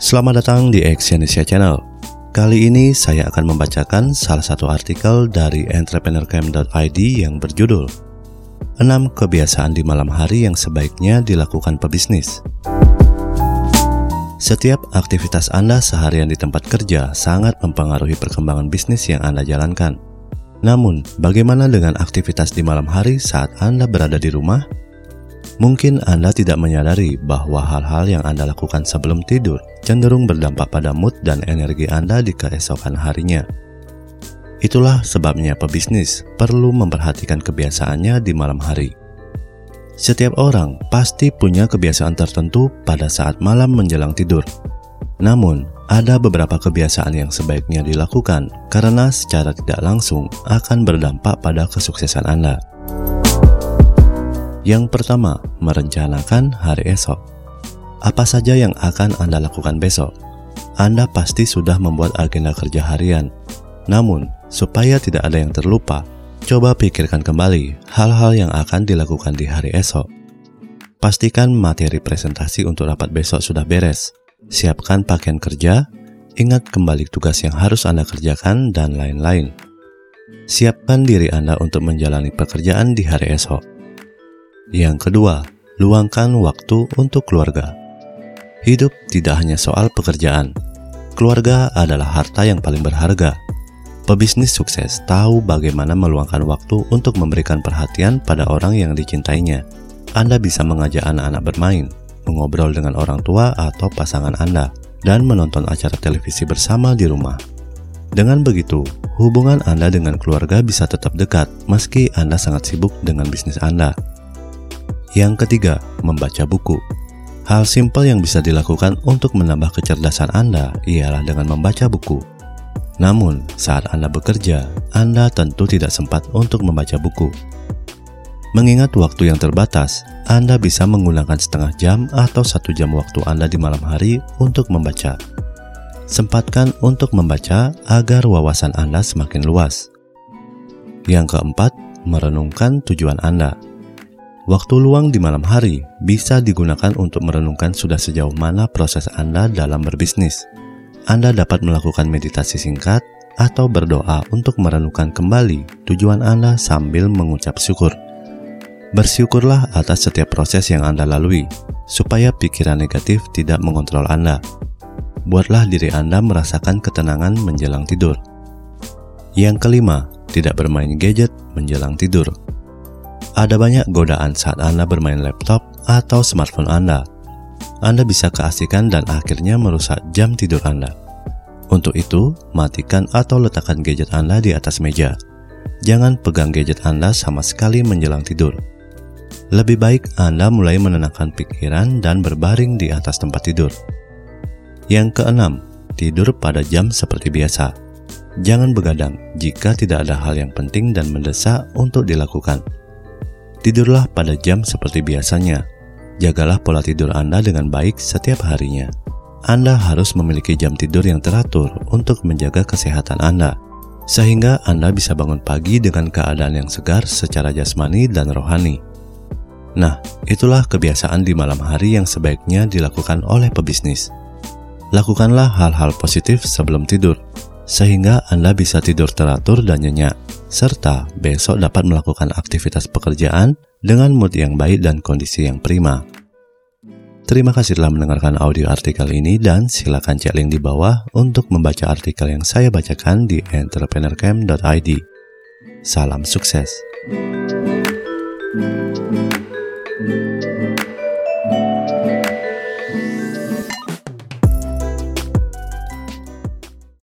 Selamat datang di Exyonesia Channel. Kali ini saya akan membacakan salah satu artikel dari entrepreneurcamp.id yang berjudul 6 kebiasaan di malam hari yang sebaiknya dilakukan pebisnis. Setiap aktivitas Anda seharian di tempat kerja sangat mempengaruhi perkembangan bisnis yang Anda jalankan. Namun, bagaimana dengan aktivitas di malam hari saat Anda berada di rumah? Mungkin Anda tidak menyadari bahwa hal-hal yang Anda lakukan sebelum tidur cenderung berdampak pada mood dan energi Anda di keesokan harinya. Itulah sebabnya pebisnis perlu memperhatikan kebiasaannya di malam hari. Setiap orang pasti punya kebiasaan tertentu pada saat malam menjelang tidur. Namun, ada beberapa kebiasaan yang sebaiknya dilakukan karena secara tidak langsung akan berdampak pada kesuksesan Anda. Yang pertama, merencanakan hari esok. Apa saja yang akan Anda lakukan besok? Anda pasti sudah membuat agenda kerja harian. Namun, supaya tidak ada yang terlupa, coba pikirkan kembali hal-hal yang akan dilakukan di hari esok. Pastikan materi presentasi untuk rapat besok sudah beres. Siapkan pakaian kerja, ingat kembali tugas yang harus Anda kerjakan, dan lain-lain. Siapkan diri Anda untuk menjalani pekerjaan di hari esok. Yang kedua, luangkan waktu untuk keluarga. Hidup tidak hanya soal pekerjaan. Keluarga adalah harta yang paling berharga. Pebisnis sukses tahu bagaimana meluangkan waktu untuk memberikan perhatian pada orang yang dicintainya. Anda bisa mengajak anak-anak bermain, mengobrol dengan orang tua atau pasangan Anda, dan menonton acara televisi bersama di rumah. Dengan begitu, hubungan Anda dengan keluarga bisa tetap dekat meski Anda sangat sibuk dengan bisnis Anda. Yang ketiga, membaca buku. Hal simpel yang bisa dilakukan untuk menambah kecerdasan Anda ialah dengan membaca buku. Namun, saat Anda bekerja, Anda tentu tidak sempat untuk membaca buku. Mengingat waktu yang terbatas, Anda bisa menggunakan setengah jam atau 1 jam waktu Anda di malam hari untuk membaca. Sempatkan untuk membaca agar wawasan Anda semakin luas. Yang keempat, merenungkan tujuan Anda. Waktu luang di malam hari bisa digunakan untuk merenungkan sudah sejauh mana proses Anda dalam berbisnis. Anda dapat melakukan meditasi singkat atau berdoa untuk merenungkan kembali tujuan Anda sambil mengucap syukur. Bersyukurlah atas setiap proses yang Anda lalui, supaya pikiran negatif tidak mengontrol Anda. Buatlah diri Anda merasakan ketenangan menjelang tidur. Yang kelima, tidak bermain gadget menjelang tidur. Ada banyak godaan saat Anda bermain laptop atau smartphone Anda. Anda bisa keasikan dan akhirnya merusak jam tidur Anda. Untuk itu, matikan atau letakkan gadget Anda di atas meja. Jangan pegang gadget Anda sama sekali menjelang tidur. Lebih baik Anda mulai menenangkan pikiran dan berbaring di atas tempat tidur. Yang keenam, tidur pada jam seperti biasa. Jangan begadang jika tidak ada hal yang penting dan mendesak untuk dilakukan. Tidurlah pada jam seperti biasanya. Jagalah pola tidur Anda dengan baik setiap harinya. Anda harus memiliki jam tidur yang teratur untuk menjaga kesehatan Anda, sehingga Anda bisa bangun pagi dengan keadaan yang segar secara jasmani dan rohani. Nah, itulah kebiasaan di malam hari yang sebaiknya dilakukan oleh pebisnis. Lakukanlah hal-hal positif sebelum tidur, sehingga Anda bisa tidur teratur dan nyenyak, serta besok dapat melakukan aktivitas pekerjaan dengan mood yang baik dan kondisi yang prima. Terima kasih telah mendengarkan audio artikel ini dan silakan cek link di bawah untuk membaca artikel yang saya bacakan di entrepreneurcamp.id. Salam sukses.